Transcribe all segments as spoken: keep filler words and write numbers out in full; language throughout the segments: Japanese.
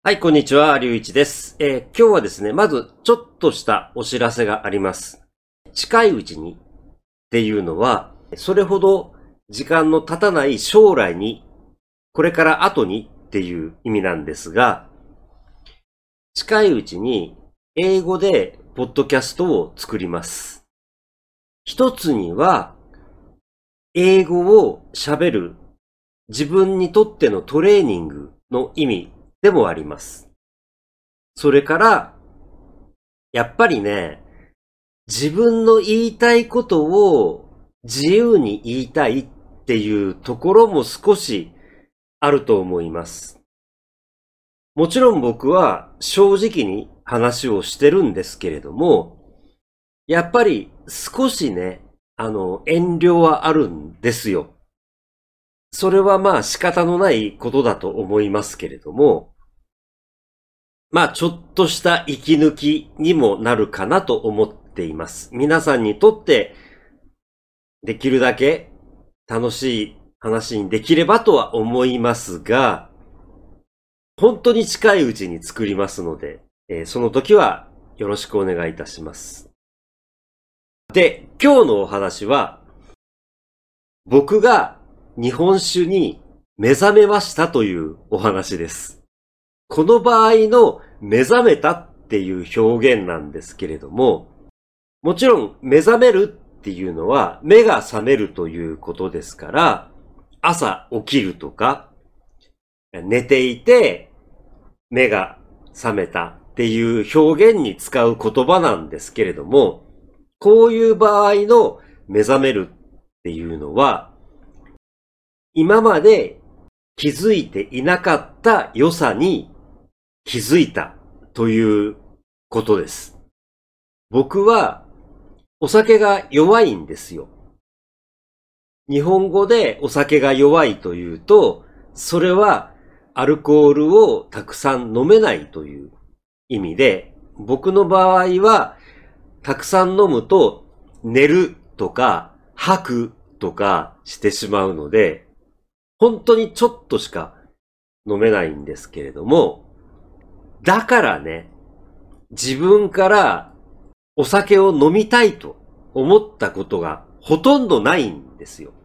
はい、こんにちは、りゅういちです。えー今日はですね、まずちょっとしたお知らせがあります。近いうちにっていうのは、それほど時間の経たない将来に、これから後にっていう意味なんですが、近いうちに英語でポッドキャストを作ります。一つには、英語を喋る自分にとってのトレーニングの意味でもあります。それから、やっぱりね、自分の言いたいことを自由に言いたいっていうところも少しあると思います。もちろん僕は正直に話をしてるんですけれども、やっぱり少しね、あの、遠慮はあるんですよ。それはまあ仕方のないことだと思いますけれども、まあちょっとした息抜きにもなるかなと思っています。皆さんにとってできるだけ楽しい話にできればとは思いますが、本当に近いうちに作りますので、えーその時はよろしくお願いいたします。で、今日のお話は、僕が日本酒に目覚めましたというお話です。この場合の目覚めたっていう表現なんですけれども、もちろん目覚めるっていうのは目が覚めるということですから、朝起きるとか、寝ていて目が覚めたっていう表現に使う言葉なんですけれども、こういう場合の目覚めるっていうのは、今まで気づいていなかった良さに気づいたということです。僕はお酒が弱いんですよ。日本語でお酒が弱いというと、それはアルコールをたくさん飲めないという意味で、僕の場合はたくさん飲むと寝るとか吐くとかしてしまうので、本当にちょっとしか飲めないんですけれども、だからね、自分からお酒を飲みたいと思ったことがほとんどないんですよ。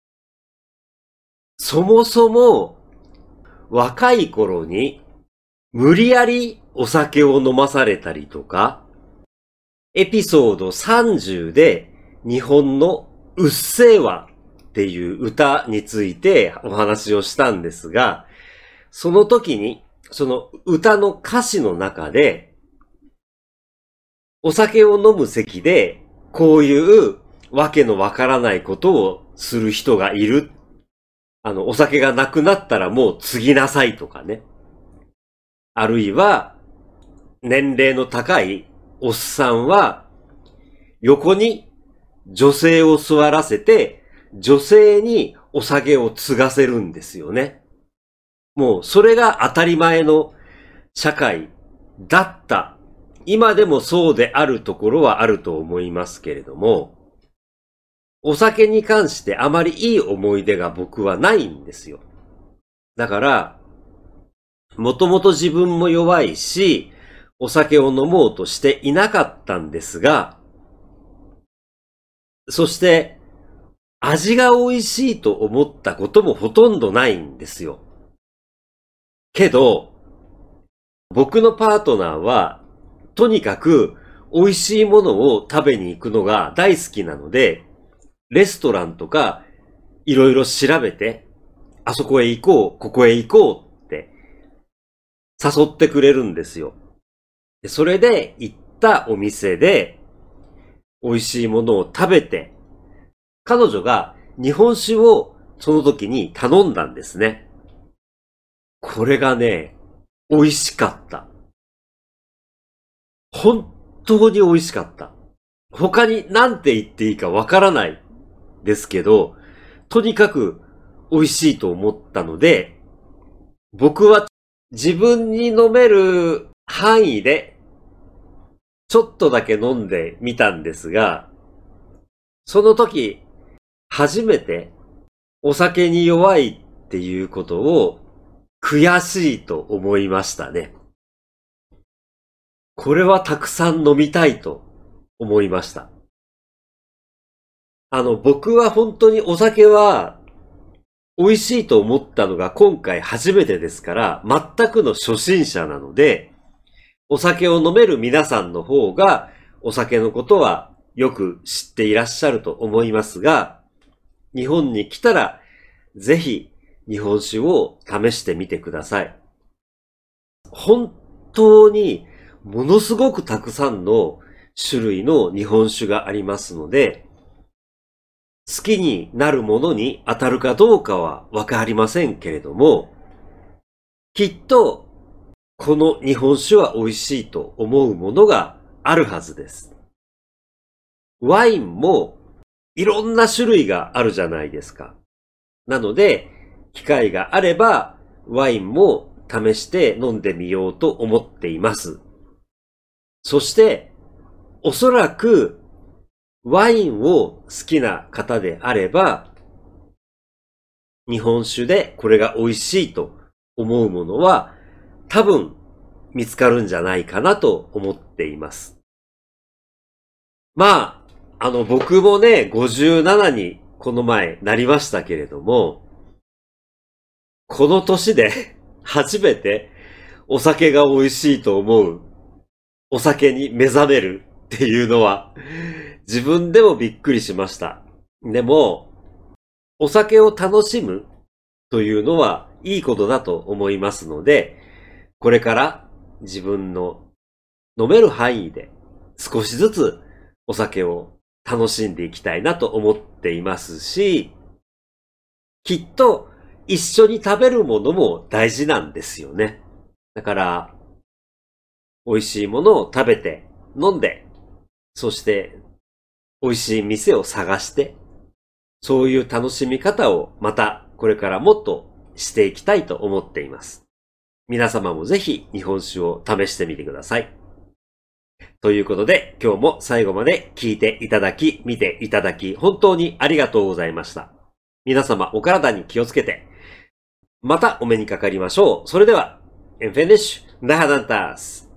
そもそも若い頃に無理やりお酒を飲まされたりとか、エピソードさんじゅうで日本のうっせぇわっていう歌についてお話をしたんですが、その時にその歌の歌詞の中で、お酒を飲む席でこういうわけのわからないことをする人がいる。あの、お酒がなくなったらもう継ぎなさいとかね。あるいは、年齢の高いおっさんは、横に女性を座らせて、女性にお酒を継がせるんですよね。もうそれが当たり前の社会だった。今でもそうであるところはあると思いますけれども、お酒に関してあまりいい思い出が僕はないんですよ。だから、もともと自分も弱いし、お酒を飲もうとしていなかったんですが、そして味が美味しいと思ったこともほとんどないんですよ。けど、僕のパートナーは、とにかく美味しいものを食べに行くのが大好きなので、レストランとかいろいろ調べて、あそこへ行こう、ここへ行こうって誘ってくれるんですよ。でそれで行ったお店で美味しいものを食べて、彼女が日本酒をその時に頼んだんですね。これがね、美味しかった。本当に美味しかった。他に何て言っていいかわからないですけど、とにかく美味しいと思ったので、僕は自分に飲める範囲でちょっとだけ飲んでみたんですが、その時初めてお酒に弱いっていうことを悔しいと思いましたね。これはたくさん飲みたいと思いました。あの、僕は本当にお酒は美味しいと思ったのが今回初めてですから、全くの初心者なので、お酒を飲める皆さんの方がお酒のことはよく知っていらっしゃると思いますが、日本に来たらぜひ日本酒を試してみてください。本当にものすごくたくさんの種類の日本酒がありますので、好きになるものに当たるかどうかはわかりませんけれども、きっとこの日本酒は美味しいと思うものがあるはずです。ワインもいろんな種類があるじゃないですか。なので、機会があればワインも試して飲んでみようと思っています。そして、おそらくワインを好きな方であれば、日本酒でこれが美味しいと思うものは多分見つかるんじゃないかなと思っています。まあ、あの僕もね、ごじゅうななにこの前なりましたけれども、この年で初めてお酒が美味しいと思う、お酒に目覚めるっていうのは自分でもびっくりしました。でも、お酒を楽しむというのはいいことだと思いますので、これから自分の飲める範囲で少しずつお酒を楽しんでいきたいなと思っていますし、きっと一緒に食べるものも大事なんですよね。だから、美味しいものを食べて飲んで、そして美味しい店を探して、そういう楽しみ方をまたこれからもっとしていきたいと思っています。皆様もぜひ日本酒を試してみてください。ということで今日も最後まで聞いていただき、見ていただき本当にありがとうございました。皆様お体に気をつけて、またお目にかかりましょう。それでは、En finish, Nahadantas!